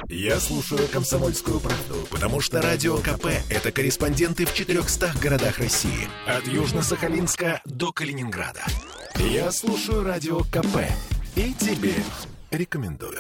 Я слушаю «Комсомольскую правду», потому что Радио КП – это корреспонденты в 400 городах России. От Южно-Сахалинска до Калининграда. Я слушаю Радио КП и тебе рекомендую.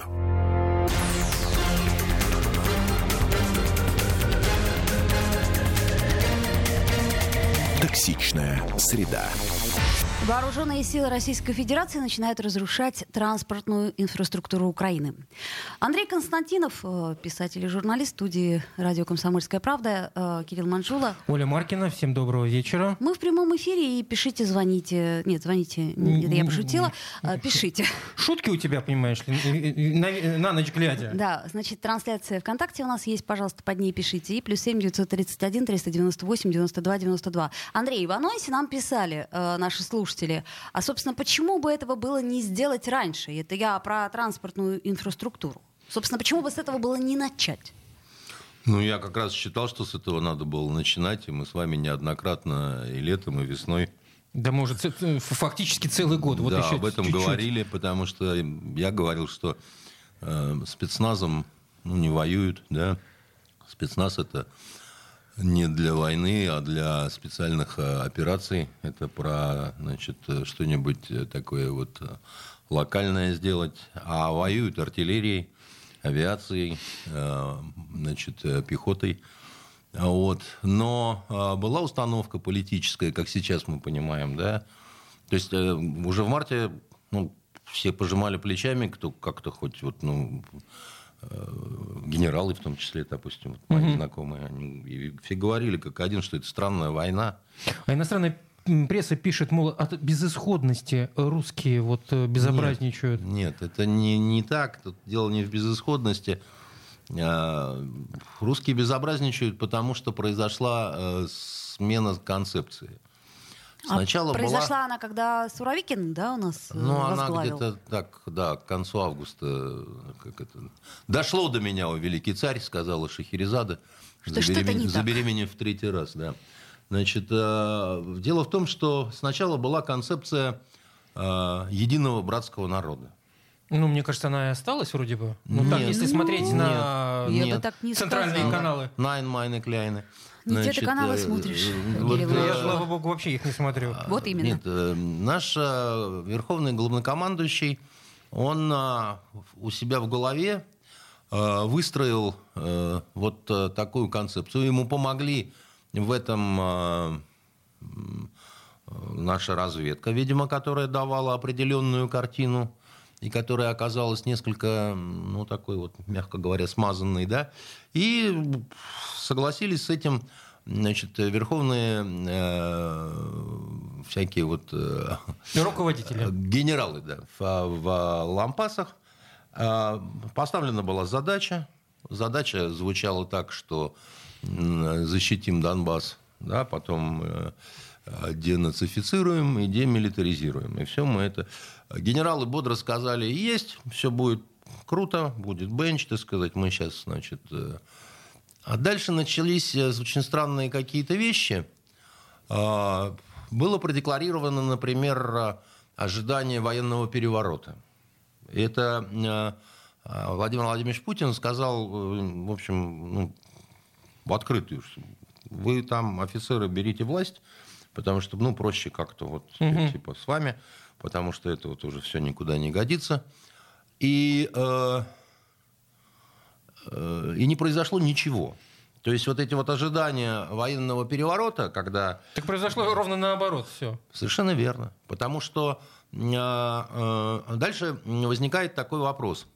Токсичная среда. Вооруженные силы Российской Федерации начинают разрушать транспортную инфраструктуру Украины. Андрей Константинов, писатель и журналист студии «Радио Комсомольская правда», Кирилл Манжула. Оля Маркина, всем доброго вечера. Мы в прямом эфире, и пишите, звоните. Нет, звоните, это я пошутила. Пишите. Шутки у тебя, понимаешь ли, на ночь глядя. Да, значит, трансляция ВКонтакте у нас есть, пожалуйста, под ней пишите. И +7 931 398 92 92. Андрей, в анонсе нам писали наши слушатели. А, собственно, почему бы этого было не сделать раньше? Это я про транспортную инфраструктуру. Собственно, почему бы с этого было не начать? Ну, я как раз считал, что с этого надо было начинать. И мы с вами неоднократно и летом, и весной. Да, может, фактически целый год. Вот да, еще об этом чуть-чуть говорили, потому что я говорил, что спецназом не воюют. Да? Спецназ – это не для войны, а для специальных операций. Это про, значит, что-нибудь такое вот локальное сделать. А воюют артиллерией, авиацией, значит, пехотой. Вот. Но была установка политическая, как сейчас мы понимаем, да. То есть уже в марте все пожимали плечами, кто как-то хоть вот, генералы в том числе, допустим, мои знакомые, они все говорили как один, что это странная война. А иностранная пресса пишет, мол, от безысходности русские вот безобразничают. Нет, это не так. Тут дело не в безысходности. Русские безобразничают, потому что произошла смена концепции. Сначала произошла она, когда Суровикин, да, у нас возглавил? Она где-то так, да, к концу августа. Дошло до меня, о великий царь, сказала Шахерезада, забеременев в 3-й раз. Да. Значит, дело в том, что сначала была концепция единого братского народа. Ну, мне кажется, она и осталась вроде бы. Так, если смотреть на центральные каналы. Найн, майны, кляйны. Не те ты каналы смотришь. Я, слава богу, вообще их не смотрю. Вот именно. Нет, наш верховный главнокомандующий, он у себя в голове выстроил вот такую концепцию. Ему помогли в этом наша разведка, видимо, которая давала определенную картину и которая оказалась несколько, такой вот, мягко говоря, смазанной, да, и согласились с этим, значит, верховные всякие вот руководители, генералы, да, в лампасах. Поставлена была задача. Задача звучала так, что защитим Донбасс, да, потом денацифицируем и демилитаризируем. И все мы это... Генералы бодро сказали, есть, все будет круто, будет бенч, так сказать, мы сейчас, значит... А дальше начались очень странные какие-то вещи. Было продекларировано, например, ожидание военного переворота. Это Владимир Владимирович Путин сказал, в общем, в открытую, вы там, офицеры, берите власть, потому что, проще как-то вот, типа, с вами, потому что это вот уже все никуда не годится. И не произошло ничего. То есть вот эти вот ожидания военного переворота, когда... Так произошло ровно наоборот все. Совершенно верно. Потому что дальше возникает такой вопрос.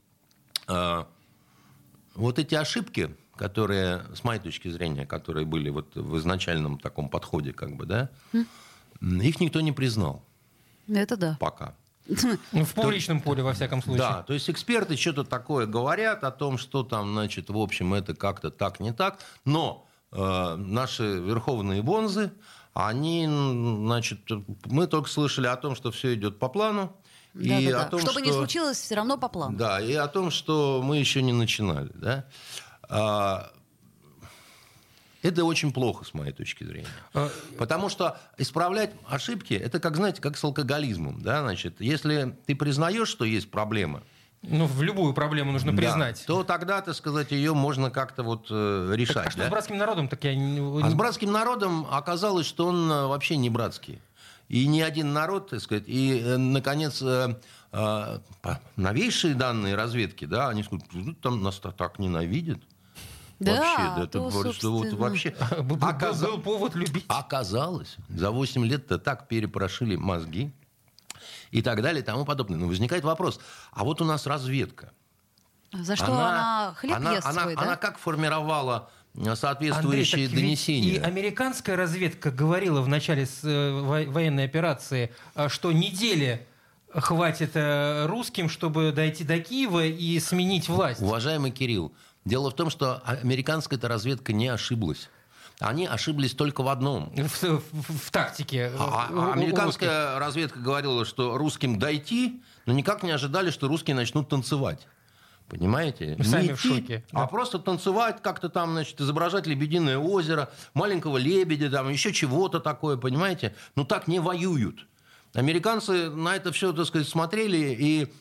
Вот эти ошибки, которые, с моей точки зрения, которые были вот в изначальном таком подходе, как бы, да, их никто не признал. Это да. Пока. В публичном поле, во всяком случае. Да, то есть эксперты что-то такое говорят о том, что там, значит, в общем, это как-то так, не так. Но наши верховные бонзы, они, значит, мы только слышали о том, что все идет по плану. И о том, что бы ни случилось, все равно по плану. Да, и о том, что мы еще не начинали. Да? Это очень плохо, с моей точки зрения. Потому что исправлять ошибки, это, как, знаете, как с алкоголизмом. Да? Значит, если ты признаешь, что есть проблема, Ну, в любую проблему нужно признать. То тогда, так сказать, ее можно как-то вот решать. Так, а что с братским народом? Так я... А с братским народом оказалось, что он вообще не братский. И ни один народ, так сказать, и, наконец, новейшие данные разведки, да, они скажут, там нас так ненавидят. Да, вообще, то, что вот вообще Был повод любить. оказалось, за 8 лет-то так перепрошили мозги и так далее и тому подобное. Но возникает вопрос, а вот у нас разведка. За что она хлеб ест свой, да? Она как формировала соответствующие Андрей, донесения? И американская разведка говорила в начале военной операции, что недели хватит русским, чтобы дойти до Киева и сменить власть. Уважаемый Кирилл, дело в том, что американская разведка не ошиблась. Они ошиблись только в одном. В тактике. Американская разведка говорила, что русским дойти, но никак не ожидали, что русские начнут танцевать. Понимаете? Сами Не в шоке. А просто танцевать, как-то там, значит, изображать Лебединое озеро, маленького лебедя, там еще чего-то такое, понимаете? Но так не воюют. Американцы на это все, так сказать, смотрели и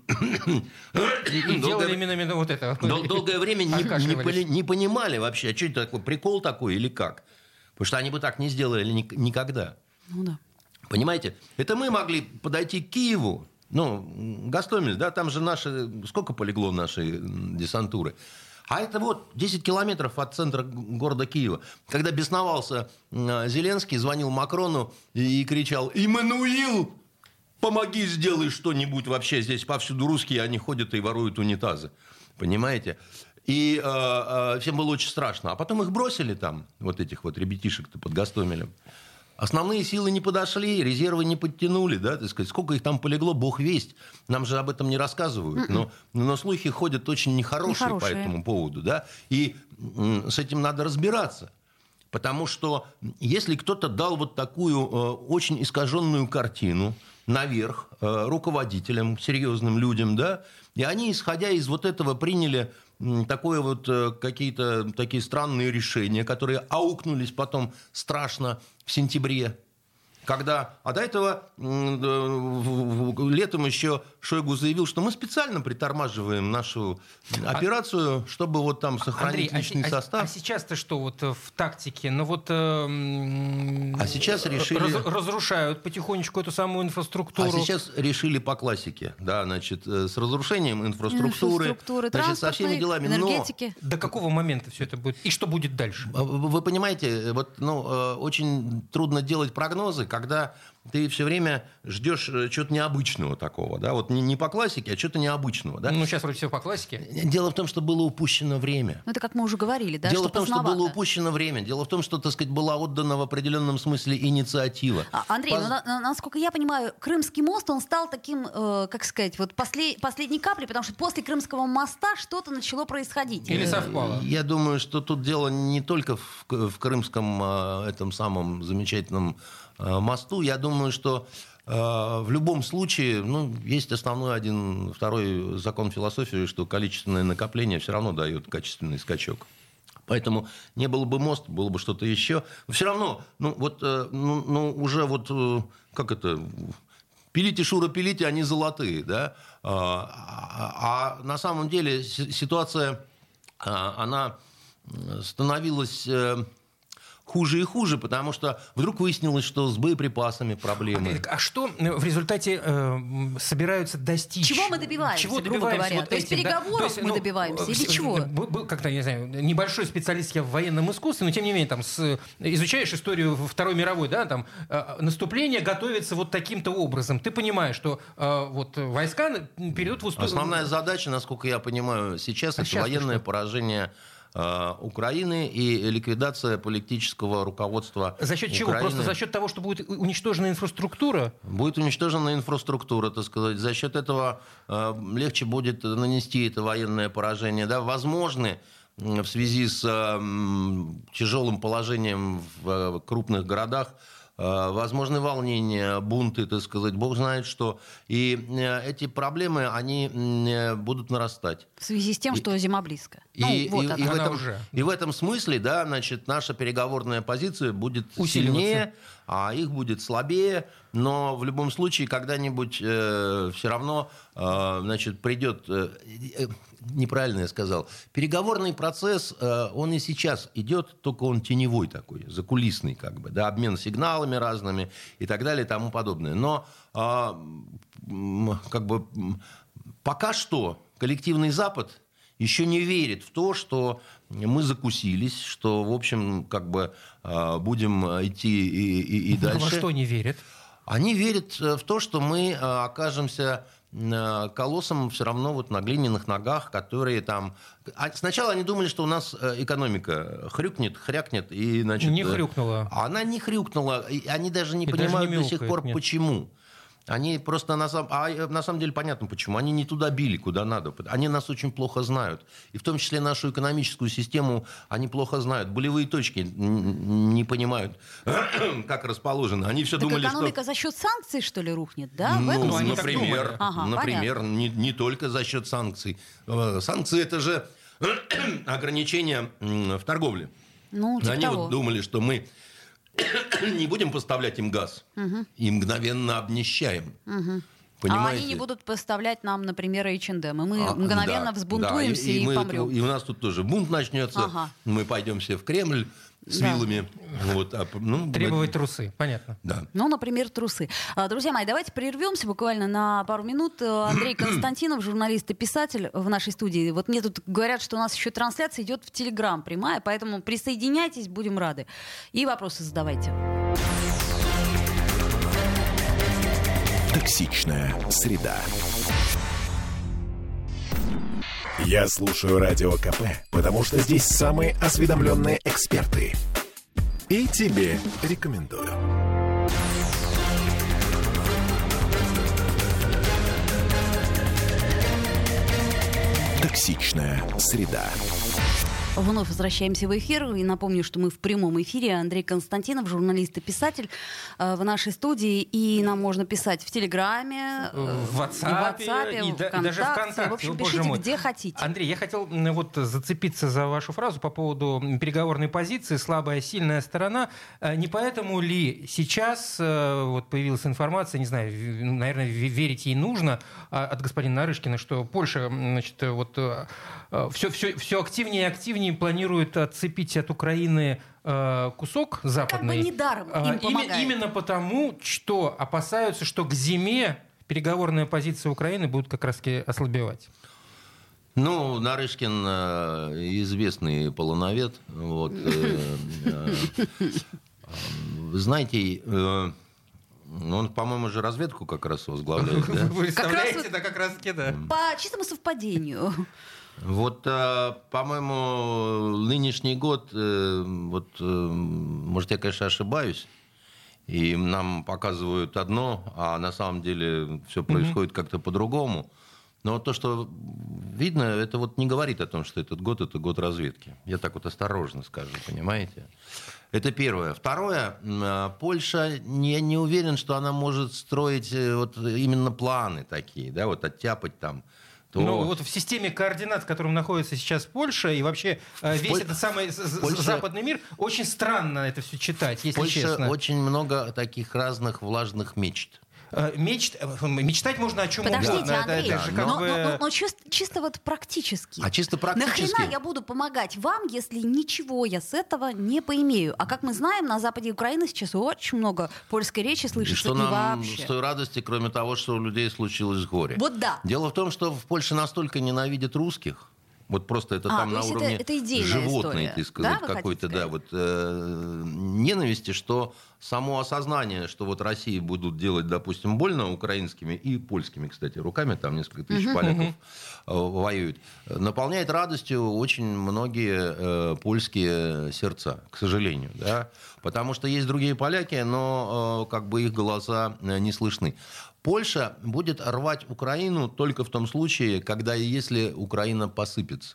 делали именно вот это. Долгое время не понимали вообще, а что это такое, прикол такой или как. Потому что они бы так не сделали никогда. Ну да. Понимаете? Это мы могли подойти к Киеву, Гостомель, да, там же сколько полегло нашей десантуры. А это вот 10 километров от центра города Киева. Когда бесновался Зеленский, звонил Макрону и кричал: «Иммануил, помоги, сделай что-нибудь вообще. Здесь повсюду русские, они ходят и воруют унитазы». Понимаете? И всем было очень страшно. А потом их бросили там, вот этих вот ребятишек-то под Гостомелем. Основные силы не подошли, резервы не подтянули, да, так сказать. Сколько их там полегло, бог весть. Нам же об этом не рассказывают. Но слухи ходят очень нехорошие по этому поводу, да. И с этим надо разбираться. Потому что если кто-то дал вот такую очень искаженную картину наверх руководителям, серьезным людям, да, и они, исходя из вот этого, приняли такое вот какие-то такие странные решения, которые аукнулись потом страшно в сентябре. А до этого летом еще Шойгу заявил, что мы специально притормаживаем нашу операцию, чтобы вот там сохранить личный состав. А сейчас-то что вот в тактике? Сейчас решили... Разрушают потихонечку эту самую инфраструктуру. А сейчас решили по классике, да, значит, с разрушением инфраструктуры, значит, со всеми делами. Энергетики. До какого момента все это будет? И что будет дальше? Вы понимаете, вот, очень трудно делать прогнозы, когда ты все время ждешь чего-то необычного такого, да, вот не по классике, а чего-то необычного, да. Сейчас вроде все по классике. Дело в том, что было упущено время. Это как мы уже говорили, да, Дело что в том, поздновато. что было упущено время. Дело в том, что, так сказать, была отдана в определенном смысле инициатива. Андрей, насколько я понимаю, Крымский мост, он стал таким, как сказать, вот последней каплей, потому что после Крымского моста что-то начало происходить. Или совпало? Я думаю, что тут дело не только в Крымском этом самом замечательном мосту. Я думаю, что в любом случае, есть основной второй закон философии, что количественное накопление все равно дает качественный скачок. Поэтому не было бы мост, было бы что-то еще. Все равно, уже вот, как это... Пилите, Шура, пилите, они золотые, да? А на самом деле ситуация, она становилась хуже и хуже, потому что вдруг выяснилось, что с боеприпасами проблемы. А что в результате собираются достичь? Чего мы добиваемся, грубо говоря? То есть переговоров мы добиваемся или чего? Как-то, не знаю, небольшой специалист я в военном искусстве, но тем не менее, изучаешь историю Второй мировой, да, там наступление готовится вот таким-то образом. Ты понимаешь, что вот войска перейдут в устойчивость. Основная задача, насколько я понимаю, сейчас это военное поражение Украины и ликвидация политического руководства За счет чего? Украины. Просто за счет того, что будет уничтожена инфраструктура? Будет уничтожена инфраструктура, так сказать. За счет этого легче будет нанести это военное поражение. Да? Возможны в связи с тяжелым положением в крупных городах возможны волнения, бунты, так сказать, бог знает что. И эти проблемы, они будут нарастать. В связи с тем, что зима близко. И в этом смысле, да, значит, наша переговорная позиция будет сильнее, а их будет слабее, но в любом случае когда-нибудь все равно придет, неправильно я сказал, переговорный процесс, он и сейчас идет, только он теневой такой, закулисный как бы, да, обмен сигналами разными и так далее и тому подобное. Но как бы пока что коллективный Запад еще не верит в то, что мы закусились, что, в общем, как бы будем идти и дальше. Во что не верят? Они верят в то, что мы окажемся колоссом все равно вот на глиняных ногах, которые там... Сначала они думали, что у нас экономика хрюкнет, и, значит... Не хрюкнула. Она не хрюкнула. Они даже не понимают даже не до сих пор, нет. почему. Они просто на самом деле понятно почему. Они не туда били, куда надо. Они нас очень плохо знают. И в том числе нашу экономическую систему они плохо знают. Болевые точки не понимают, как расположены. Они все думали, экономика что... за счет санкций, что ли, рухнет, да? В Ну, этом они смысле? так думали. например, не только за счет санкций. Санкции – это же ограничения в торговле. Ну, типа Они того. вот думали, что мы не будем поставлять им газ и мгновенно обнищаем. Понимаете? А они не будут поставлять нам, например, H&M, и мы мгновенно Да, взбунтуемся да, и мы, помрем. и у нас тут тоже бунт начнется. Ага. Мы пойдем все в Кремль с Да. вилами. Вот, Требовать трусы, понятно. Да. Ну, например, трусы. Друзья мои, давайте прервемся буквально на пару минут. Андрей Константинов, журналист и писатель в нашей студии. Вот мне тут говорят, что у нас еще трансляция идет в Телеграм прямая, поэтому присоединяйтесь, будем рады. И вопросы задавайте. Токсичная среда. Я слушаю Радио КП, потому что здесь самые осведомленные эксперты. И тебе рекомендую. Токсичная среда. Вновь возвращаемся в эфир. И напомню, что мы в прямом эфире. Андрей Константинов, журналист и писатель в нашей студии. И нам можно писать в Телеграме, В WhatsApp, и даже ВКонтакте. В общем, Боже пишите, мой. где хотите. Андрей, я хотел вот зацепиться за вашу фразу по поводу переговорной позиции, слабая, сильная сторона. Не поэтому ли сейчас вот появилась информация, не знаю, наверное, верить ей нужно, от господина Нарышкина, что Польша, значит, вот все активнее и активнее планирует отцепить от Украины кусок западный. Как бы недаром им помогает. Именно потому, что опасаются, что к зиме переговорная позиция Украины будет как раз-таки ослабевать. Ну, Нарышкин известный полоновед. Вот, вы знаете, он, по-моему, же разведку как раз возглавляет, да? Вы представляете, вот- да, как раз-таки, да. По чистому совпадению. Вот, по-моему, нынешний год, может, я, конечно, ошибаюсь, и нам показывают одно, а на самом деле все происходит как-то по-другому. Но то, что видно, это вот не говорит о том, что этот год – это год разведки. Я так вот осторожно скажу, понимаете? Это первое. Второе, Польша, я не уверен, что она может строить вот именно планы такие, да, вот оттяпать там. Ну, вот в системе координат, в котором находится сейчас Польша, и вообще весь этот самый западный мир, очень странно это все читать, если Польша честно. очень много таких разных влажных мечт. Мечтать можно о чем Подождите, угодно. Андрей, Это же как бы- но чисто вот практически. А чисто практически... Нахрена я буду помогать вам, если ничего я с этого не поимею? А как мы знаем, на западе Украины сейчас очень много польской речи И слышится, что и нам вообще. с той радости, кроме того, что у людей случилось горе? Вот да. Дело в том, что в Польше настолько ненавидят русских, вот просто это там то на есть уровне это идейная животной, история, так сказать, да, вы какой-то, хотите да, вот ненависти, что само осознание, что вот России будут делать, допустим, больно украинскими и польскими, кстати, руками, там несколько тысяч поляков воюют, наполняет радостью очень многие польские сердца, к сожалению, да, потому что есть другие поляки, но как бы их голоса не слышны. Польша будет рвать Украину только в том случае, когда и если Украина посыпется.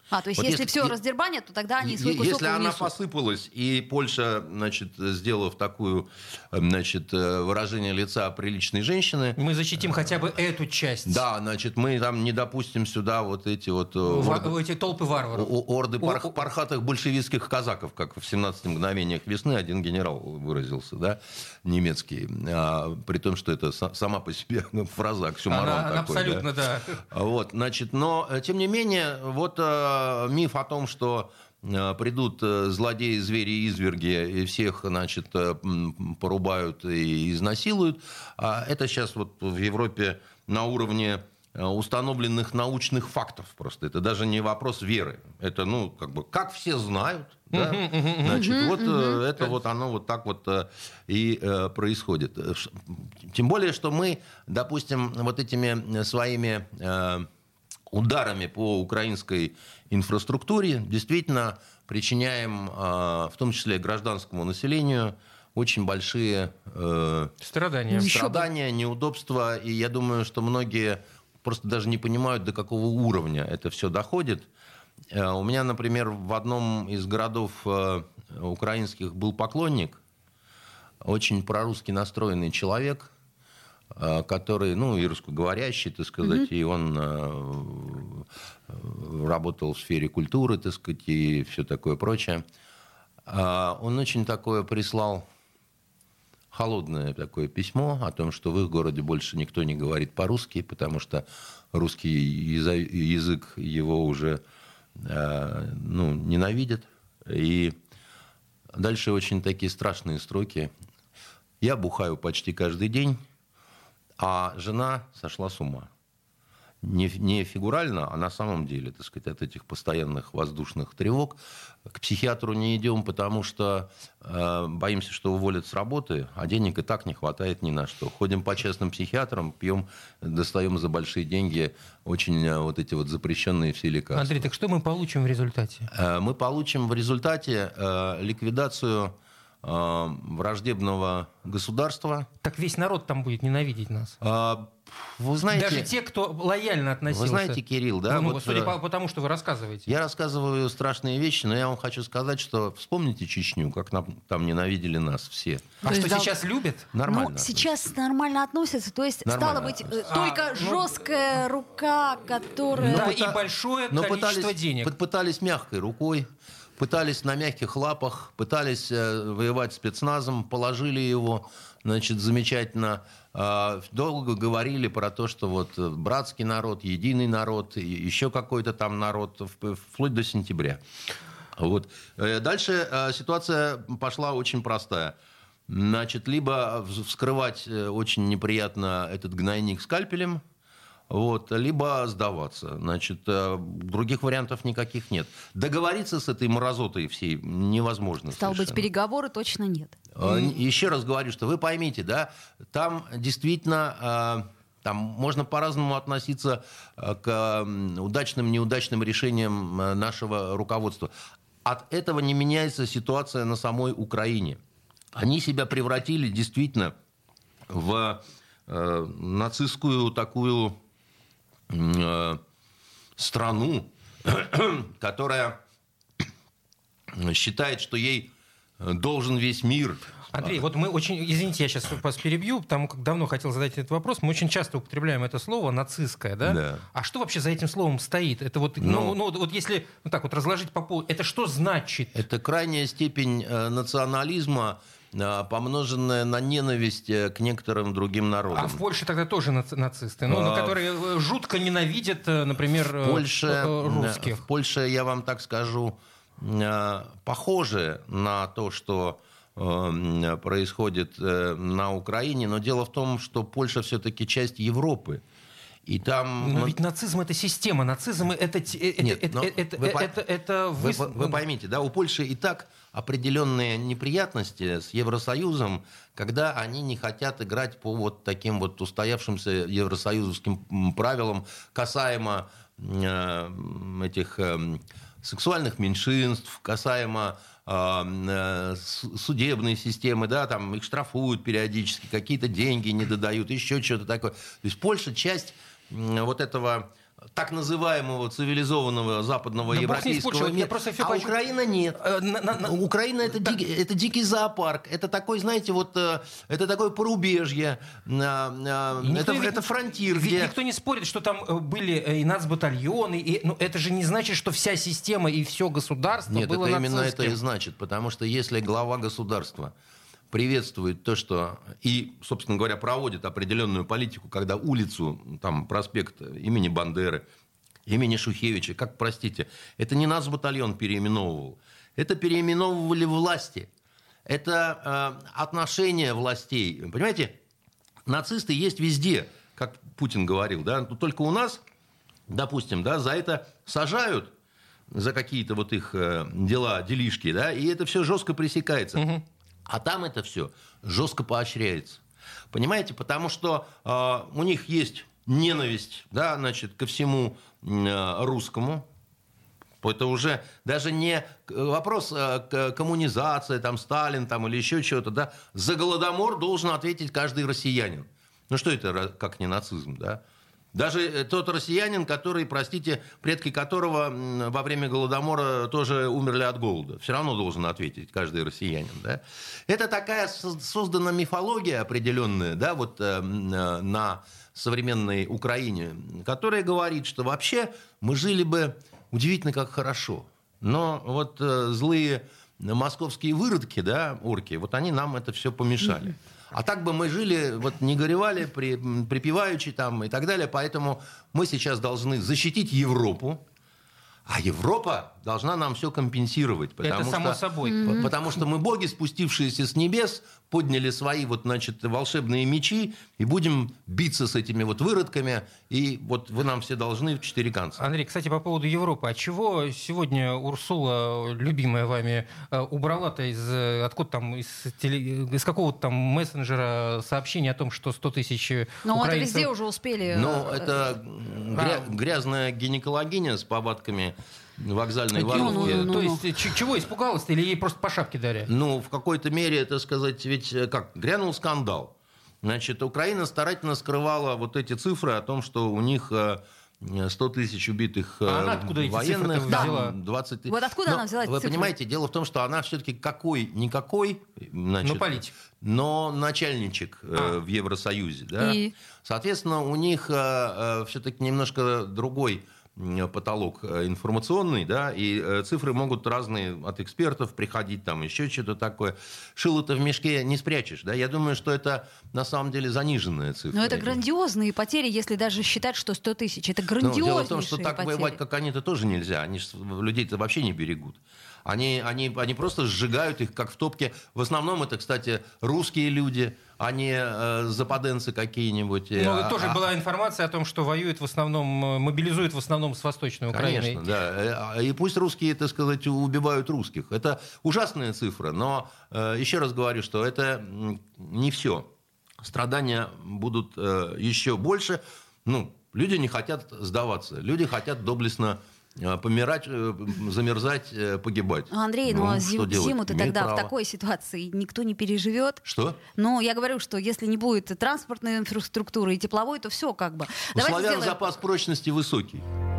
То есть Вот если все раздербанят, то тогда они свой кусок Если она унесут. посыпалась, и Польша, значит, сделав такую, значит, выражение лица приличной женщины... Мы защитим хотя бы эту часть. Да, значит, мы там не допустим сюда вот эти вот... Эти толпы варваров. Орды пархатых большевистских казаков, как в 17 мгновениях весны один генерал выразился, да, немецкий. При том, что это сама по себе фраза оксюморон такой. Абсолютно, да. Вот, значит, но, тем не менее, вот миф о том, что придут злодеи, звери, изверги и всех, значит, порубают и изнасилуют, это сейчас вот в Европе на уровне установленных научных фактов просто. Это даже не вопрос веры. Это, ну, как бы, как все знают, да? Значит, вот это вот оно вот так вот и происходит. Тем более, что мы, допустим, вот этими своими ударами по украинской инфраструктуре действительно причиняем, в том числе гражданскому населению, очень большие страдания, неудобства. И я думаю, что многие просто даже не понимают, до какого уровня это все доходит. У меня, например, в одном из городов украинских был поклонник, очень прорусски настроенный человек, который, ну, и русскоговорящий, так сказать, и он работал в сфере культуры, так сказать, и все такое прочее. Он очень такое прислал холодное такое письмо о том, что в их городе больше никто не говорит по-русски, потому что русский язык его уже ненавидят. И дальше очень такие страшные строки. «Я бухаю почти каждый день, а жена сошла с ума». Не фигурально, а на самом деле, так сказать, от этих постоянных воздушных тревог. К психиатру не идем, потому что боимся, что уволят с работы, а денег и так не хватает ни на что. Ходим по частным психиатрам, пьем, достаем за большие деньги очень вот эти вот запрещенные все лекарства. Андрей, так что мы получим в результате? Мы получим в результате ликвидацию враждебного государства. Так весь народ там будет ненавидеть нас. Вы знаете, даже те, кто лояльно относился. Вы знаете, Кирилл, да? Ну, вот, судя по тому, что вы рассказываете. Я рассказываю страшные вещи, но я вам хочу сказать, что вспомните Чечню, как там ненавидели нас все. А что сейчас любят? Нормально. Ну, сейчас нормально относятся. То есть, стало быть, только жесткая рука, которая... Да, и большое количество денег. Пытались мягкой рукой, пытались на мягких лапах, пытались воевать спецназом, положили его, значит, замечательно. Долго говорили про то, что вот братский народ, единый народ, еще какой-то там народ, вплоть до сентября. Вот. Дальше ситуация пошла очень простая. Значит, либо вскрывать очень неприятно этот гнойник скальпелем, вот, либо сдаваться. Значит, других вариантов никаких нет. Договориться с этой мразотой всей невозможно. Стало быть, переговоры точно нет. Еще раз говорю, что вы поймите, да, там действительно там можно по-разному относиться к удачным, неудачным решениям нашего руководства. От этого не меняется ситуация на самой Украине. Они себя превратили действительно в нацистскую такую страну, которая считает, что ей должен весь мир. Андрей, вот мы очень... Извините, я сейчас вас перебью, потому как давно хотел задать этот вопрос. Мы очень часто употребляем это слово «нацистское», да? Да. А что вообще за этим словом стоит? Это вот, вот если вот так вот разложить по полу, это что значит? Это крайняя степень национализма, помноженная на ненависть к некоторым другим народам. А в Польше тогда тоже нацисты, которые жутко ненавидят, например, русских. В Польше, я вам так скажу, похоже на то, что происходит на Украине, но дело в том, что Польша все-таки часть Европы. И там... Но ведь нацизм — это система, нацизм — это... Вы поймите, да, у Польши и так определенные неприятности с Евросоюзом, когда они не хотят играть по вот таким вот устоявшимся евросоюзовским правилам касаемо этих сексуальных меньшинств, касаемо судебной системы, да, там их штрафуют периодически, какие-то деньги не додают, еще что-то такое. То есть Польша часть вот этого так называемого цивилизованного западного Да бог с ней европейского спорт, я мира. просто всё А хочу- Украина нет. Украина это дикий зоопарк. Это такой, знаете, вот это такое порубежье. Это фронтир, Ведь где... никто не спорит, что там были и нацбатальоны. Но это же не значит, что вся система и все государство Нет, было это именно это нацистским. и значит. Потому что если глава государства приветствует то, что и, собственно говоря, проводит определенную политику, когда улицу, там, проспект имени Бандеры, имени Шухевича, как, простите, это не нацбатальон переименовывал, это переименовывали власти. Это отношения властей. Понимаете, нацисты есть везде, как Путин говорил, да, только у нас, допустим, да, за это сажают, за какие-то вот их дела, делишки, да, и это все жестко пресекается. Угу. А там это все жестко поощряется. Понимаете, потому что у них есть ненависть, да, значит, ко всему русскому. Это уже даже не вопрос коммунизации, там, Сталин там, или еще чего-то. Да? За Голодомор должен ответить каждый россиянин. Ну что это как не нацизм, да? Даже тот россиянин, который, простите, предки которого во время Голодомора тоже умерли от голода, все равно должен ответить каждый россиянин. Да? Это такая создана мифология определенная, да, вот, на современной Украине, которая говорит, что вообще мы жили бы удивительно как хорошо. Но вот злые московские выродки, да, орки, вот они нам это все помешали. А так бы мы жили, вот не горевали, припеваючи там и так далее. Поэтому мы сейчас должны защитить Европу, а Европа должна нам все компенсировать. Это само собой. Потому что мы боги, спустившиеся с небес, подняли свои вот, значит, волшебные мечи и будем биться с этими вот выродками. И вот вы нам все должны в 4 конца. Андрей, кстати, по поводу Европы. А чего сегодня Урсула, любимая вами, убрала-то откуда там, из какого-то там мессенджера сообщение о том, что 100 тысяч украинцев... Ну, это везде уже успели... Ну, это грязная гинекологиня с повадками вокзальной воровки. То есть чего испугалась-то, или ей просто по шапке дали? Ну, в какой-то мере, это сказать, ведь как, грянул скандал. Значит, Украина старательно скрывала вот эти цифры о том, что у них 100 тысяч убитых она откуда военных, эти цифры взяла? 20 тысяч. Вот откуда она взяла эти Вы цифры? понимаете, дело в том, что она все-таки какой-никакой, значит, политик. но начальничек в Евросоюзе. Да? И? Соответственно, у них все-таки немножко другой потолок информационный, да, и цифры могут разные от экспертов приходить, там еще что-то такое. Шило-то в мешке не спрячешь, да. Я думаю, что это на самом деле заниженная цифра. Но это грандиозные потери, если даже считать, что 100 тысяч. Это грандиознейшие дело в том, что так потери. воевать, как они-то, тоже нельзя. Они людей-то вообще не берегут. Они просто сжигают их, как в топке. В основном это, кстати, русские люди, а не западенцы какие-нибудь. Ну, тоже была информация о том, что воюют в основном, мобилизуют в основном с Восточной Украины. Конечно, да. И пусть русские, так сказать, убивают русских. Это ужасная цифра, но еще раз говорю, что это не все. Страдания будут еще больше. Ну, люди не хотят сдаваться. Люди хотят доблестно помирать, замерзать, погибать. Андрей, зиму-то тогда право. в такой ситуации никто не переживет. Что? Ну, я говорю, что если не будет транспортной инфраструктуры и тепловой, то все как бы. У славян запас прочности высокий.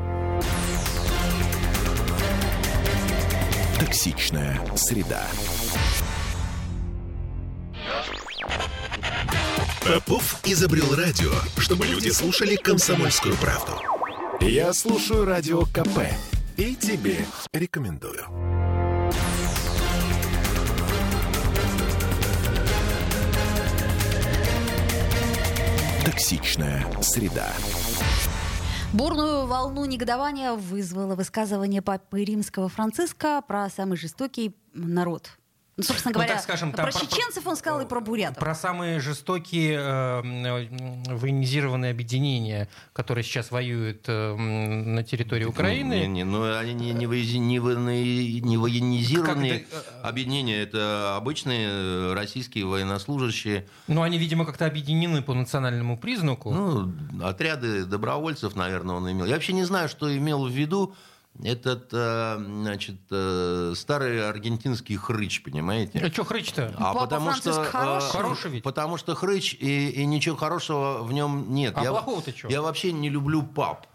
Токсичная среда. Попов изобрел радио, чтобы люди слушали «Комсомольскую правду». Я слушаю радио КП и тебе рекомендую. Токсичная среда. Бурную волну негодования вызвало высказывание папы римского Франциска про самый жестокий народ. Ну, собственно говоря, так скажем, про чеченцев он сказал и про бурятов. Про самые жестокие военизированные объединения, которые сейчас воюют на территории Украины. Но они не военизированные объединения, это обычные российские военнослужащие. Ну, они, видимо, как-то объединены по национальному признаку. Ну, отряды добровольцев, наверное, он имел. Я вообще не знаю, что имел в виду этот, значит, старый аргентинский хрыч, понимаете? А что хрыч-то? Папа Франциск хороший ведь. Потому что хрыч, и ничего хорошего в нем нет. А плохого-то что? Я вообще не люблю пап.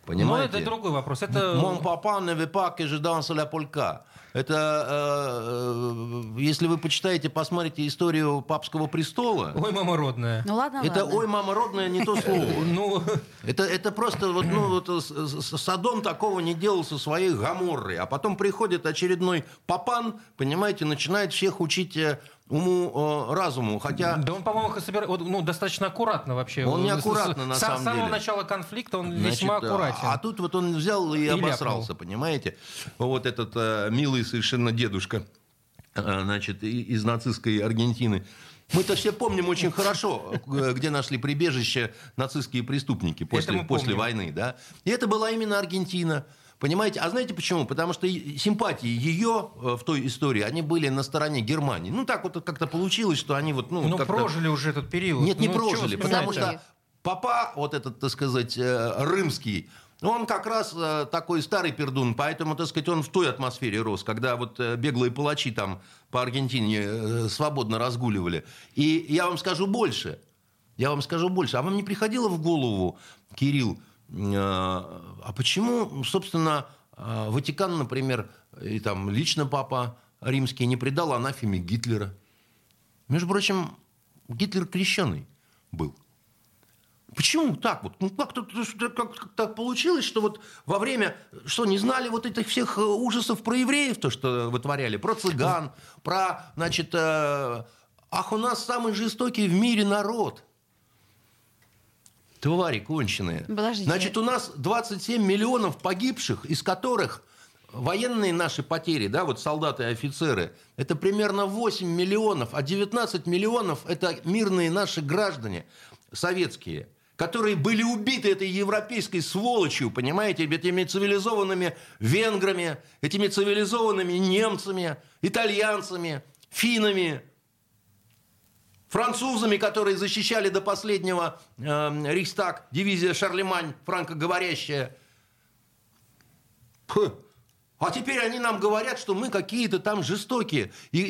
Понимаете? Ну, это другой вопрос. Это... Mon papa ne veut pas que je danse la polka. Это, если вы почитаете, посмотрите историю папского престола. Ой, мама родная. Ну ладно, Это ладно. «Ой, мама родная» не то слово. Ну, Это просто вот, Содом такого не делал со своей Гоморрой. А потом приходит очередной папан, понимаете, начинает всех учить уму-разуму. Хотя... да он, по-моему, достаточно аккуратно вообще. Он неаккуратно, на самом С самого деле. начала конфликта он Значит, весьма аккуратен. А тут вот он взял и обосрался, ляпнул. понимаете? Вот этот милый совершенно дедушка, значит, из нацистской Аргентины. Мы-то все помним очень хорошо, где нашли прибежище нацистские преступники после войны. Да? И это была именно Аргентина. Понимаете? А знаете почему? Потому что симпатии ее в той истории, они были на стороне Германии. Ну, так вот как-то получилось, что они вот... Ну, прожили уже этот период. Нет, не Ну, прожили, чего потому вспоминать-то? что папа, вот этот, так сказать, Рымский, он как раз такой старый пердун, поэтому, так сказать, он в той атмосфере рос, когда вот беглые палачи там по Аргентине свободно разгуливали. И я вам скажу больше. А вам не приходило в голову, Кирилл, а почему, собственно, Ватикан, например, и там лично папа Римский не предал анафеме Гитлера? Между прочим, Гитлер крещеный был. Почему так вот? Ну, как так получилось, что вот во время... Что, не знали вот этих всех ужасов про евреев, то, что вытворяли? Про цыган, про, значит... Ах, у нас самый жестокий в мире народ. Твари конченые. Подождите. Значит, у нас 27 миллионов погибших, из которых военные наши потери, да, вот солдаты и офицеры, это примерно 8 миллионов, а 19 миллионов это мирные наши граждане советские, которые были убиты этой европейской сволочью, понимаете, этими цивилизованными венграми, этими цивилизованными немцами, итальянцами, финнами, французами, которые защищали до последнего Рейхстаг, дивизия Шарлемань, франкоговорящая. А теперь они нам говорят, что мы какие-то там жестокие.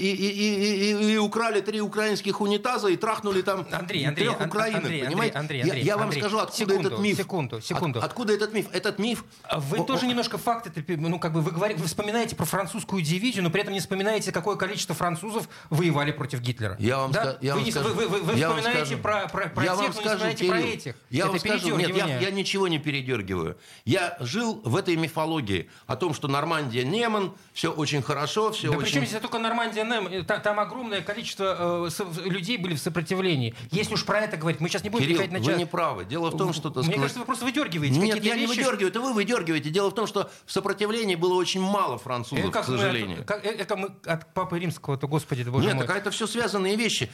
И украли 3 украинских унитаза и трахнули там 3 украинок. Понимаете? Я вам скажу, откуда этот миф. Секунду. Откуда этот миф? Этот миф... Вы тоже немножко факты, ну, как бы вы вспоминаете про французскую дивизию, но при этом не вспоминаете, какое количество французов воевали против Гитлера. Я вам скажу. Вы вспоминаете про тех, но не вспоминаете про этих. Я вам скажу, нет, передергивание. я ничего не передергиваю. Я жил в этой мифологии о том, что Нормандия, Неман, все очень хорошо, все да очень... причем здесь только Нормандия, Неман, там огромное количество людей были в сопротивлении. Если уж про это говорить, мы сейчас не будем Кирилл, переходить на вы не правы. Дело в том, что... Мне кажется, вы просто выдергиваете Нет, какие-то я не вещи. выдергиваю, это вы выдергиваете. Дело в том, что в сопротивлении было очень мало французов, к сожалению. Это мы от Папы Римского-то, господи, боже мой. Нет, так это все связанные вещи.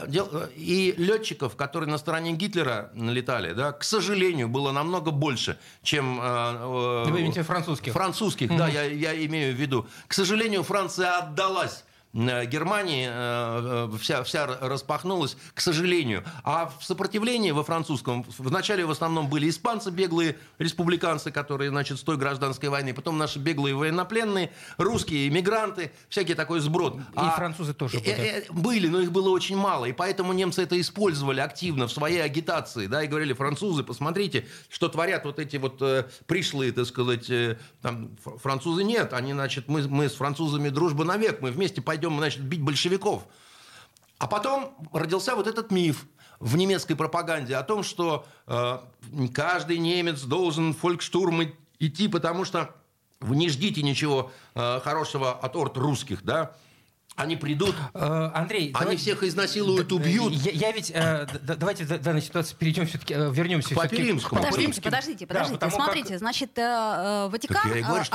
И летчиков, которые на стороне Гитлера налетали, да, к сожалению, было намного больше, чем... Вы имеете французских? Французских, да, я имею в виду. К сожалению, Франция отдалась Германии, вся распахнулась, к сожалению. А в сопротивлении во французском вначале в основном были испанцы, беглые республиканцы, которые, значит, с той гражданской войны, потом наши беглые военнопленные, русские иммигранты, всякий такой сброд. И французы тоже были, но их было очень мало, и поэтому немцы это использовали активно в своей агитации, да, и говорили: французы, посмотрите, что творят вот эти вот пришлые, так сказать, там, французы нет, они, значит, мы с французами дружба навек, мы вместе пойдем, значит, бить большевиков. А потом родился вот этот миф в немецкой пропаганде о том, что каждый немец должен в фолькштурм идти, потому что вы не ждите ничего хорошего от орд русских, да? Они придут, Андрей, они всех изнасилуют, убьют. Я ведь... Давайте в данной ситуации перейдем все-таки, вернемся. Папе Римскому. Подождите. Смотрите, значит, Ватикан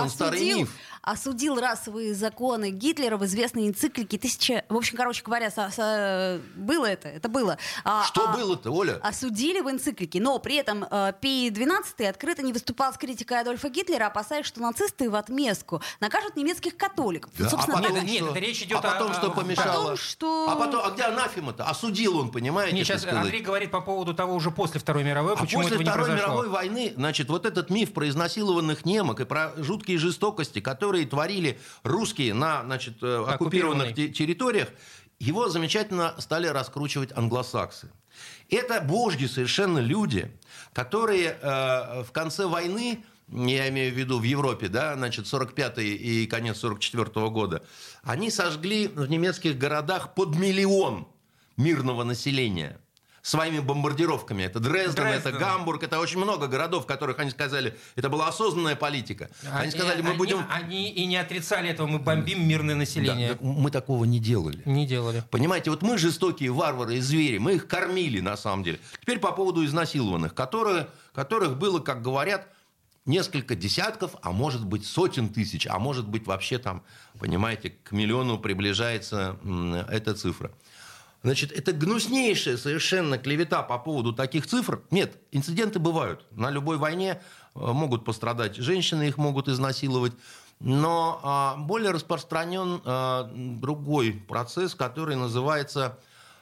осудил расовые законы Гитлера в известной энциклике В общем, короче говоря, было это было. Что было-то, Оля? Осудили в энциклике, но при этом Пий XII открыто не выступал с критикой Адольфа Гитлера, опасаясь, что нацисты в отместку накажут немецких католиков. Да, собственно, нет, это речь идет потом что помешало? А где анафема-то? Осудил он, понимаете? Нет, сейчас Андрей говорит по поводу того уже после Второй мировой, почему после этого не Второй произошло. мировой войны, значит, вот этот миф про изнасилованных немок и про жуткие жестокости, которые творили русские на, значит, оккупированных территориях, его замечательно стали раскручивать англосаксы. Это божьи совершенно люди, которые в конце войны я имею в виду в Европе, да, значит, 45-й и конец 44-го года, они сожгли в немецких городах под 1 миллион мирного населения своими бомбардировками. Это Дрезден, это Гамбург, это очень много городов, в которых они сказали, это была осознанная политика. Они сказали, мы будем... Они и не отрицали этого, мы бомбим мирное население. Да, мы такого не делали. Не делали. Понимаете, вот мы жестокие варвары и звери, мы их кормили на самом деле. Теперь по поводу изнасилованных, которых было, как говорят, несколько десятков, а может быть сотен тысяч, а может быть вообще там, понимаете, к миллиону приближается эта цифра. Значит, это гнуснейшая совершенно клевета по поводу таких цифр. Нет, инциденты бывают. На любой войне могут пострадать женщины, их могут изнасиловать. Но более распространен другой процесс, который называется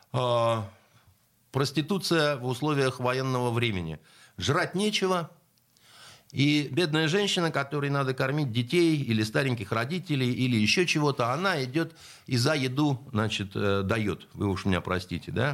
проституция в условиях военного времени. Жрать нечего. И бедная женщина, которой надо кормить детей или стареньких родителей, или еще чего-то, она идет и за еду, значит, дает. Вы уж меня простите, да?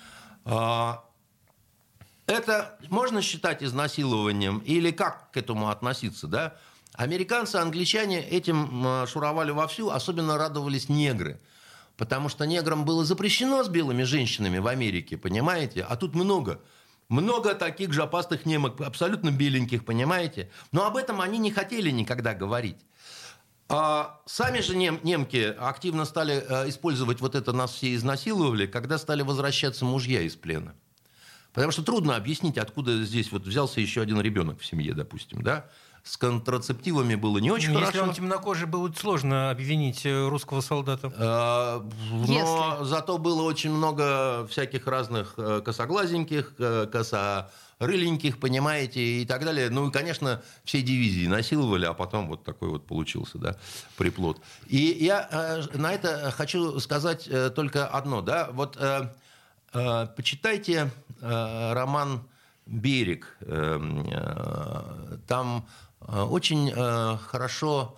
Это можно считать изнасилованием или как к этому относиться, да? Американцы, англичане этим шуровали вовсю, особенно радовались негры. Потому что неграм было запрещено с белыми женщинами в Америке, понимаете? А тут много таких жопастых немок, абсолютно беленьких, понимаете? Но об этом они не хотели никогда говорить. А сами же немки активно стали использовать вот это «нас все изнасиловали», когда стали возвращаться мужья из плена. Потому что трудно объяснить, откуда здесь вот взялся еще один ребенок в семье, допустим, да? С контрацептивами было не очень хорошо. Если он темнокожий, будет сложно обвинить русского солдата. Но зато было очень много всяких разных косоглазеньких, косорыленьких, понимаете, и так далее. Ну и, конечно, все дивизии насиловали, а потом вот такой вот получился, да, приплод. И я на это хочу сказать только одно, да, вот почитайте роман «Берег». Там очень хорошо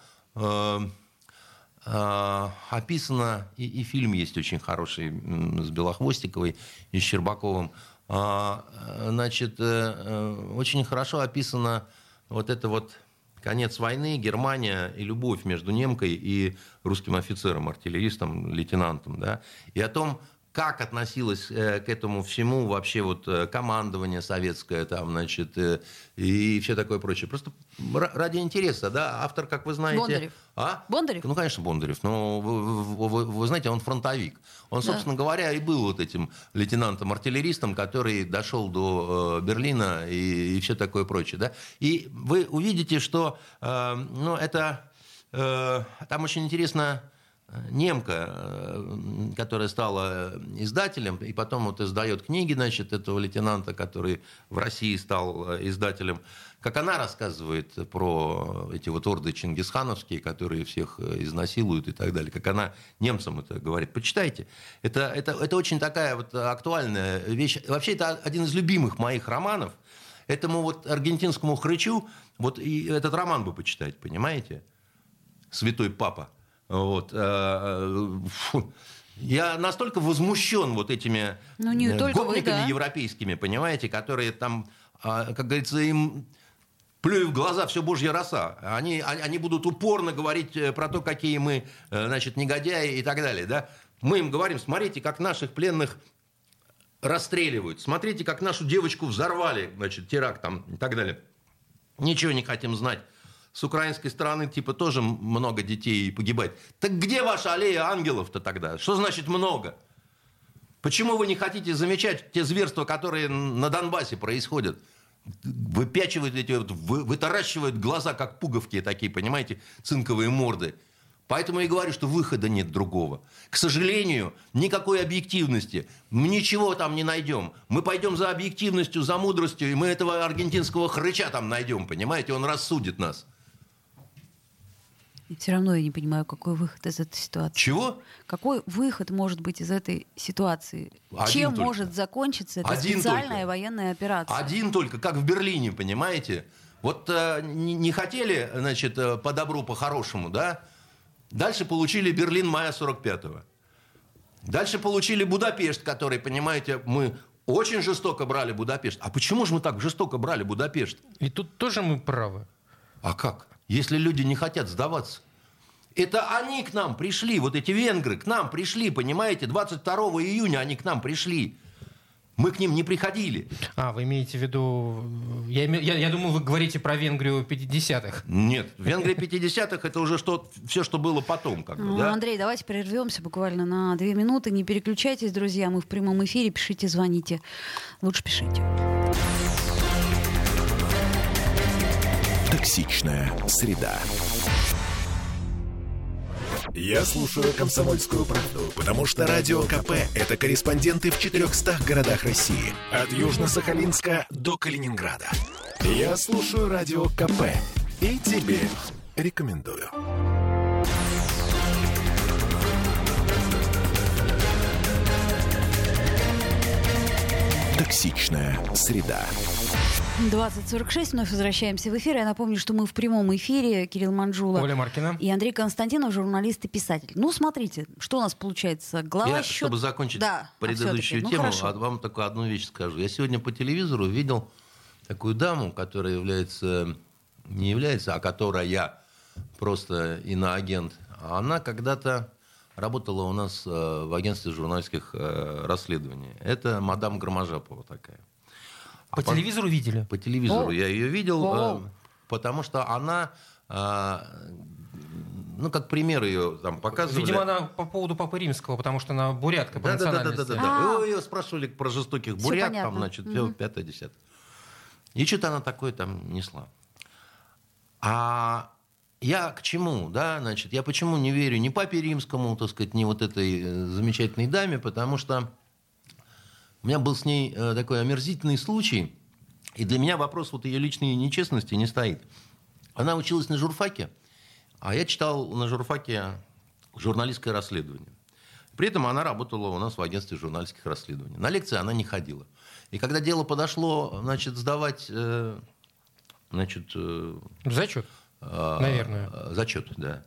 описано, и фильм есть очень хороший с Белохвостиковой и с Щербаковым. Значит, очень хорошо описано вот это вот конец войны, Германия и любовь между немкой и русским офицером, артиллеристом, лейтенантом, да, и о том, как относилось к этому всему вообще вот командование советское там, значит, и все такое прочее. Просто ради интереса, да, автор, как вы знаете... Бондарев. А? Бондарев? Ну, конечно, Бондарев, но вы знаете, он фронтовик. Он, собственно говоря, и был вот этим лейтенантом-артиллеристом, который дошел до Берлина и все такое прочее, да. И вы увидите, что, ну, это... Там очень интересно... Немка, которая стала издателем, и потом вот издает книги, значит, этого лейтенанта, который в России стал издателем, как она рассказывает про эти вот орды чингисхановские, которые всех изнасилуют и так далее, как она немцам это говорит. Почитайте. Это очень такая вот актуальная вещь. Вообще, это один из любимых моих романов. Этому вот аргентинскому хрычу, вот и этот роман бы почитать, понимаете? «Святой папа». Вот. Я настолько возмущен вот этими гопниками европейскими, понимаете, которые там, как говорится, им плюю в глаза все божья роса. Они будут упорно говорить про то, какие мы, значит, негодяи и так далее. Да? Мы им говорим, смотрите, как наших пленных расстреливают, смотрите, как нашу девочку взорвали, значит, теракт там и так далее. Ничего не хотим знать. С украинской стороны, типа, тоже много детей погибает. Так где ваша аллея ангелов-то тогда? Что значит много? Почему вы не хотите замечать те зверства, которые на Донбассе происходят? Выпячивают эти, вытаращивают глаза, как пуговки такие, понимаете, цинковые морды. Поэтому я говорю, что выхода нет другого. К сожалению, никакой объективности. Мы ничего там не найдем. Мы пойдем за объективностью, за мудростью, и мы этого аргентинского хрыча там найдем, понимаете? Он рассудит нас. И все равно я не понимаю, какой выход из этой ситуации. Чего? Какой выход может быть из этой ситуации? Один Чем только. Может закончиться эта Один специальная только. военная операция? Один только, как в Берлине, понимаете? Вот не хотели, значит, по добру, по хорошему, да? Дальше получили Берлин мая 45-го. Дальше получили Будапешт, который, понимаете, мы очень жестоко брали Будапешт. А почему же мы так жестоко брали Будапешт? И тут тоже мы правы. А как? Если люди не хотят сдаваться. Это они к нам пришли, вот эти венгры к нам пришли, понимаете? 22 июня они к нам пришли. Мы к ним не приходили. Вы имеете в виду... Я думаю, вы говорите про Венгрию 50-х. Нет, Венгрия 50-х это уже все, что было потом. Да? Андрей, давайте прервемся буквально на 2 минуты. Не переключайтесь, друзья. Мы в прямом эфире. Пишите, звоните. Лучше пишите. Токсичная среда. Я слушаю «Комсомольскую правду», потому что Радио КП – это корреспонденты в 400 городах России. От Южно-Сахалинска до Калининграда. Я слушаю Радио КП и тебе рекомендую. Токсичная среда. 20:46, вновь возвращаемся в эфир. Я напомню, что мы в прямом эфире. Кирилл Манжула Оля Маркина и Андрей Константинов, журналист и писатель. Ну, смотрите, что у нас получается. Глава Чтобы закончить предыдущую тему, вам только одну вещь скажу. Я сегодня по телевизору видел такую даму, которая которая просто иноагент. Она когда-то работала у нас в агентстве журналистских расследований. Это мадам Громожапова такая. По телевизору видели? По телевизору я ее видел, потому что она, как пример ее там показывали. Видимо, она по поводу Папы Римского, потому что она бурятка по национальности. Да. Ее спрашивали про жестоких бурят, там, значит, все 5-10. И что-то она такое там несла. А я к чему, да, значит, я почему не верю ни Папе Римскому, так сказать, ни вот этой замечательной даме, потому что у меня был с ней такой омерзительный случай, и для меня вопрос вот ее личной нечестности не стоит. Она училась на журфаке, а я читал на журфаке журналистское расследование. При этом она работала у нас в агентстве журналистских расследований. На лекции она не ходила. И когда дело подошло, значит, сдавать, зачет, наверное. Зачет, да.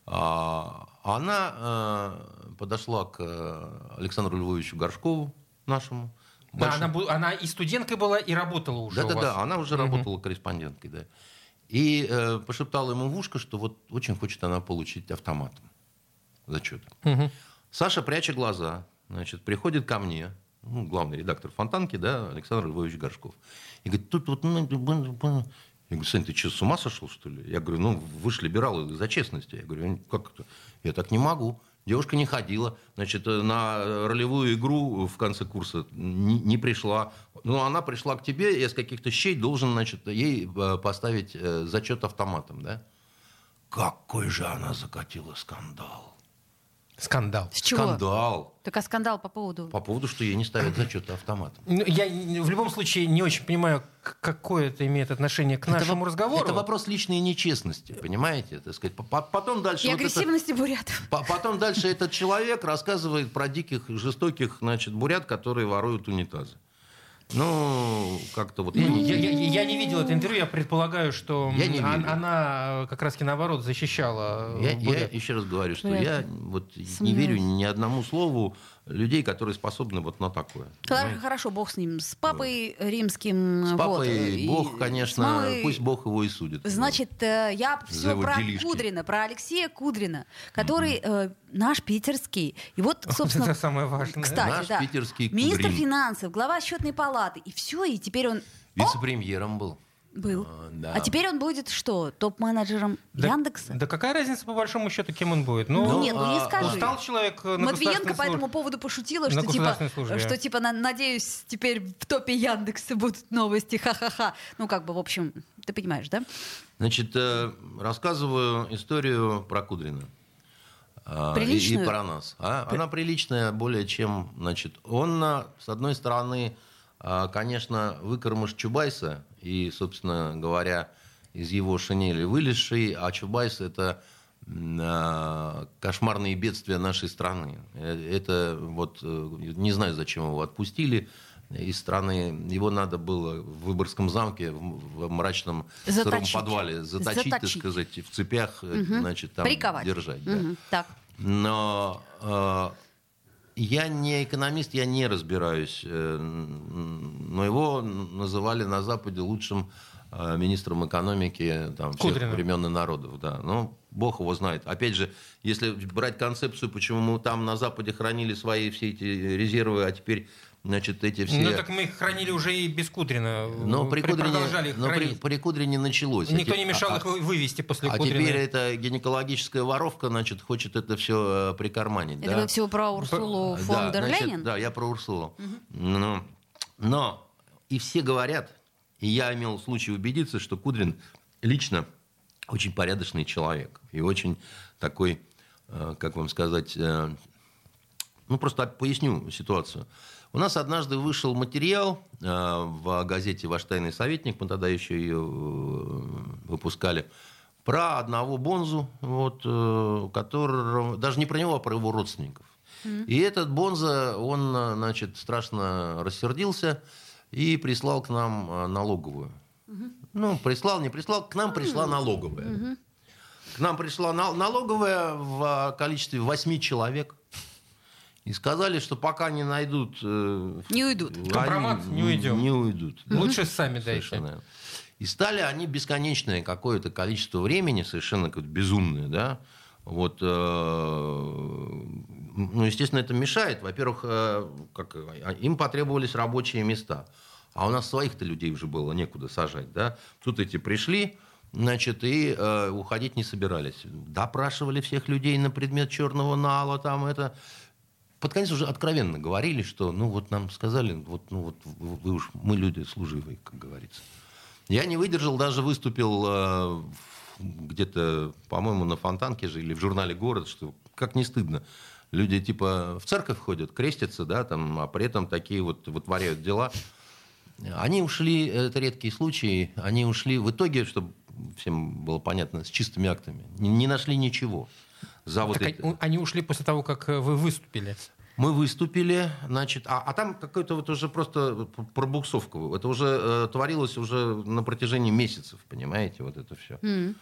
Она подошла к Александру Львовичу Горшкову, нашему. Да, она и студенткой была, и работала уже у вас. Да, она уже работала корреспонденткой, да. И пошептала ему в ушко, что вот очень хочет она получить автоматом зачет. Саша, пряча глаза, значит, приходит ко мне, главный редактор Фонтанки, да, Александр Львович Горшков. И говорит, тут вот... Я говорю, Сань, ты что, с ума сошел, что ли? Я говорю, вы же либералы за честность. Я говорю, как это? Я так не могу. Девушка не ходила, значит, на ролевую игру в конце курса не пришла. Но она пришла к тебе, я с каких-то щей должен, значит, ей поставить зачет автоматом, да? Какой же она закатила скандал. Скандал. С чего? Скандал. Так а скандал по поводу? По поводу, что ей не ставят зачеты автоматом. Я в любом случае не очень понимаю, какое это имеет отношение к нашему разговору. Это вопрос личной нечестности, понимаете? Так сказать. Потом дальше и агрессивности бурятов. Потом дальше этот человек рассказывает про диких, жестоких, значит, бурят, которые воруют унитазы. Как-то вот... Я не видел это интервью, я предполагаю, что она как раз-таки наоборот защищала. Я еще раз говорю, что я вот не верю ни одному слову людей, которые способны вот на такое. Хорошо, бог с ним. С Папой Римским. С Папой Бог, конечно, пусть Бог его и судит. Значит, я все про делишки. Кудрина, про Алексея Кудрина, который наш питерский. И вот, собственно... Это самое важное. Кстати, наш питерский Кудрин. Министр финансов, глава счетной палаты. И все, и теперь он... Вице-премьером был. Да. А теперь он будет что? Топ-менеджером Яндекса? Да какая разница, по большому счету, кем он будет? Не скажи. Стал человек на Матвиенко по этому поводу пошутила, что типа, надеюсь, теперь в топе Яндекса будут новости, ха-ха-ха. В общем, ты понимаешь, да? Значит, рассказываю историю про Кудрина. Приличную? И про нас. Она приличная более чем, значит, он, с одной стороны, конечно, выкормыш Чубайса, и, собственно говоря, из его шинели вылезший, а Чубайс – это кошмарные бедствия нашей страны. Это вот, не знаю, зачем его отпустили из страны. Его надо было в Выборгском замке, в мрачном сыром подвале заточить, так сказать, в цепях, значит, там приковать. Держать. Да. Так. Но я не экономист, я не разбираюсь, но его называли на Западе лучшим министром экономики там, всех времен и народов. Да. Ну, бог его знает. Опять же, если брать концепцию, почему мы там на Западе хранили свои все эти резервы, а теперь, значит, эти все... Ну, так мы их хранили уже и без Кудрина. Но продолжали их хранить. При Кудрине началось. Никто не мешал их вывести после Кудрина. А теперь эта гинекологическая воровка, значит, хочет это все прикарманить. Это да? вы все про Урсулу фон дер Ленин? Да, я про Урсулу. Но и все говорят, и я имел случай убедиться, что Кудрин лично очень порядочный человек. И очень такой, как вам сказать, ну просто поясню ситуацию. У нас однажды вышел материал в газете «Ваш тайный советник», мы тогда еще ее выпускали, про одного бонзу, вот, который, даже не про него, а про его родственников. И этот бонза, он, значит, страшно рассердился и прислал к нам налоговую. Ну, прислал, не прислал, к нам пришла налоговая. К нам пришла налоговая в количестве 8 человек. И сказали, что пока не найдут... Не уйдут. Компромат не уйдем. Не уйдут. Лучше сами дайте. Совершенно. И стали они бесконечное какое-то количество времени, совершенно безумное, да, вот, ну, естественно, это мешает. Во-первых, им потребовались рабочие места. А у нас своих-то людей уже было некуда сажать, да. Тут эти пришли, значит, и уходить не собирались. Допрашивали всех людей на предмет черного нала, там это... Под конец уже откровенно говорили, что, ну, вот нам сказали, вот, ну, вот вы уж, мы люди служивые, как говорится. Я не выдержал, даже выступил где-то, по-моему, на Фонтанке же или в журнале «Город», что как не стыдно. Люди типа в церковь ходят, крестятся, да, там, а при этом такие вот вытворяют дела. Они ушли, это редкие случаи, они ушли в итоге, чтобы всем было понятно, с чистыми актами. Не нашли ничего. За вот они ушли после того, как вы выступили? Мы выступили, значит, а там какой-то вот уже просто пробуксовка. Это уже творилось уже на протяжении месяцев, понимаете, вот это все.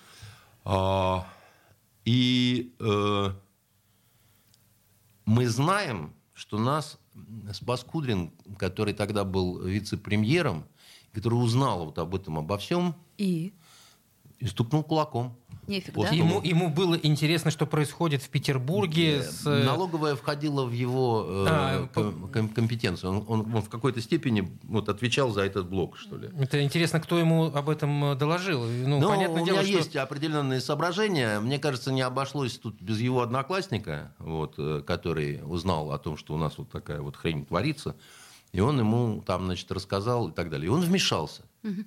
Мы знаем, что нас спас Кудрин, который тогда был вице-премьером, который узнал вот об этом, обо всем, и стукнул кулаком. Нефиг, да? Ему было интересно, что происходит в Петербурге. Налоговая входила в его компетенцию. Он в какой-то степени вот, отвечал за этот блок, что ли. Это интересно, кто ему об этом доложил. Ну, понятное у дело, меня есть определенные соображения. Мне кажется, не обошлось тут без его одноклассника, вот, который узнал о том, что у нас вот такая вот хрень творится. И он ему там, значит, рассказал и так далее. И он вмешался.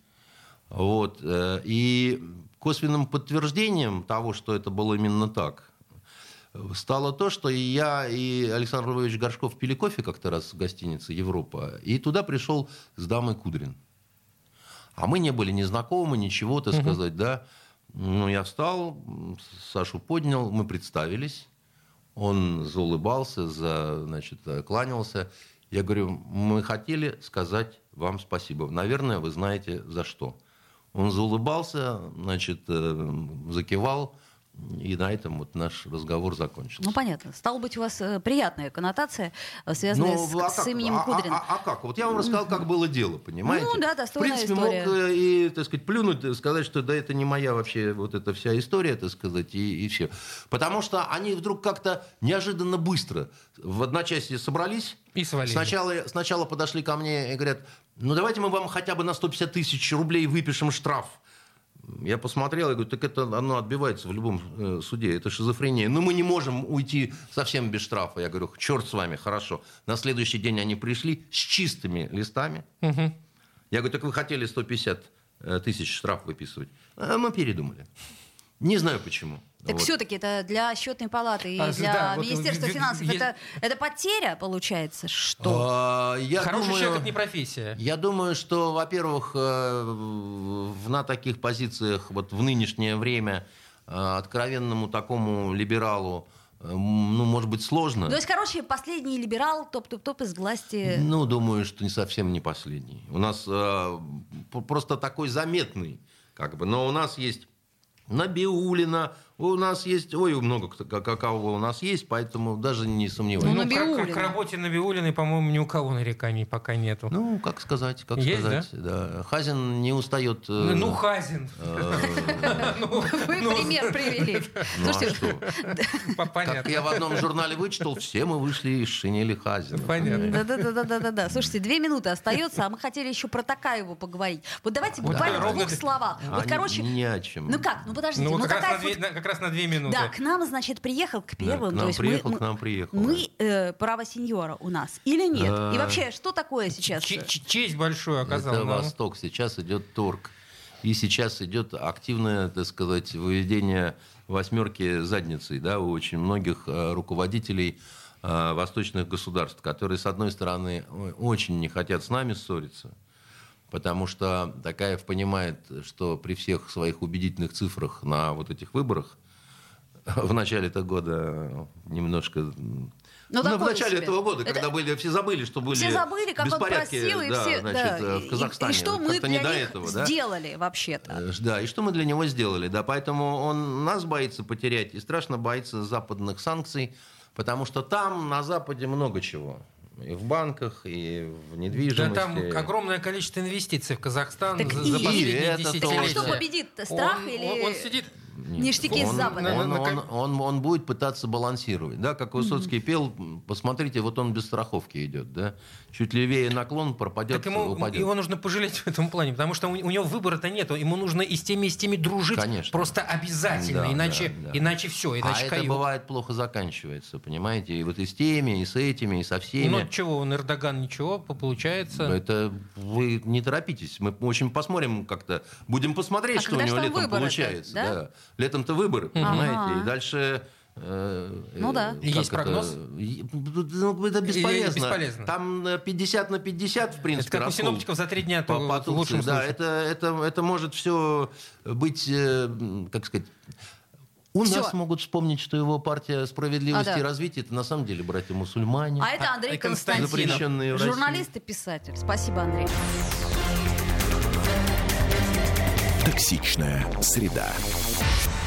Вот. И косвенным подтверждением того, что это было именно так, стало то, что и я, и Александр Львович Горшков пили кофе как-то раз в гостинице «Европа», и туда пришел с дамой Кудрин. А мы не были ни знакомы, ничего, так сказать, да. Ну, я встал, Сашу поднял, мы представились, он заулыбался, значит, кланялся. Я говорю, мы хотели сказать вам спасибо. Наверное, вы знаете, за что. Он заулыбался, значит, закивал, и на этом вот наш разговор закончился. Ну, понятно. Стало быть, у вас приятная коннотация, связанная с именем Кудрина. А как? Вот я вам рассказал, как было дело, понимаете? Ну, да, достойная история. В принципе, мог и, так сказать, плюнуть, сказать, что да, это не моя вообще вот эта вся история, так сказать, и все. Потому что они вдруг как-то неожиданно быстро в одночасье собрались. И свалили. Сначала подошли ко мне и говорят, ну, давайте мы вам хотя бы на 150 тысяч рублей выпишем штраф. Я посмотрел, я говорю, так это оно отбивается в любом суде, это шизофрения. Но мы не можем уйти совсем без штрафа. Я говорю, черт с вами, хорошо. На следующий день они пришли с чистыми листами. Я говорю, так вы хотели 150 тысяч штраф выписывать. А мы передумали. Не знаю почему. Так вот. Все-таки это для счетной палаты и для Министерства финансов это потеря, получается, что? Хороший человек — это не профессия. Я думаю, что, во-первых, на таких позициях вот в нынешнее время откровенному такому либералу, ну, может быть, сложно. То есть, короче, последний либерал, топ-топ-топ из власти. Ну, думаю, что не совсем не последний. У нас просто такой заметный, как бы, но у нас есть Набиуллина, у нас есть, много какого у нас есть, поэтому даже не сомневаюсь. Ну, к работе Набиуллиной, по-моему, ни у кого нареканий пока нету. Ну, как сказать, Есть, да. Хазин не устает. Хазин. Вы пример привели. Ну, а что? Как Понятно. я в одном журнале вычитал, все мы вышли из шинели Хазина. Понятно. Да. Слушайте, 2 минуты остается, а мы хотели еще про Токаеву поговорить. Вот давайте буквально в ровно 2 словах. Вот, короче, Ни о чем. ну как, ну подождите. Как раз на 2 минуты. Да, к нам, значит, приехал к первым. К нам приехал. Мы право сеньора у нас или нет? И вообще, что такое сейчас? Честь большую оказал. Это Восток. Сейчас идет торг. И сейчас идет активное, так сказать, выведение 8 задницей, да, у очень многих руководителей восточных государств, которые, с одной стороны, очень не хотят с нами ссориться, потому что Токаев понимает, что при всех своих убедительных цифрах на вот этих выборах в начале этого года немножко... в начале этого года, когда все забыли, что были все забыли, как беспорядки он просил, и все, в Казахстане. И что мы для не до них этого, сделали вообще-то. Да, и что мы для него сделали. Да, поэтому он нас боится потерять и страшно боится западных санкций, потому что там, на Западе, много чего. И в банках, и в недвижимости. Да, там огромное количество инвестиций в Казахстан Так за и последние это десятилетия. Так а что победит? Страх или Он сидит... ништяки с Запада? Он будет пытаться балансировать. Да, как Высоцкий пел, посмотрите, вот он без страховки идет. Да? Чуть левее наклон пропадет, Так упадет. его нужно пожалеть в этом плане, потому что у него выбора-то нет. Ему нужно и с теми дружить. Конечно. Просто обязательно, Да, иначе все, иначе это каюк. бывает плохо заканчивается, понимаете? И вот и с теми, и с этими, и со всеми. Ну чего, он Эрдоган ничего, получается. Это вы не торопитесь. Мы очень посмотрим как-то. Будем посмотреть, что у него летом получается. Да? Да. Летом-то выборы, понимаете? И дальше... да. Есть прогноз? Это бесполезно. Бесполезно. Там 50 на 50, в принципе, Это как у синоптиков за 3 дня, по в лучшем да, случае. это может все быть, как сказать... У нас могут вспомнить, что его партия «Справедливости и развития» это на самом деле братья-мусульмане. А это Андрей Константинов, запрещенные в России. журналист и писатель. Спасибо, Андрей. Токсичная среда.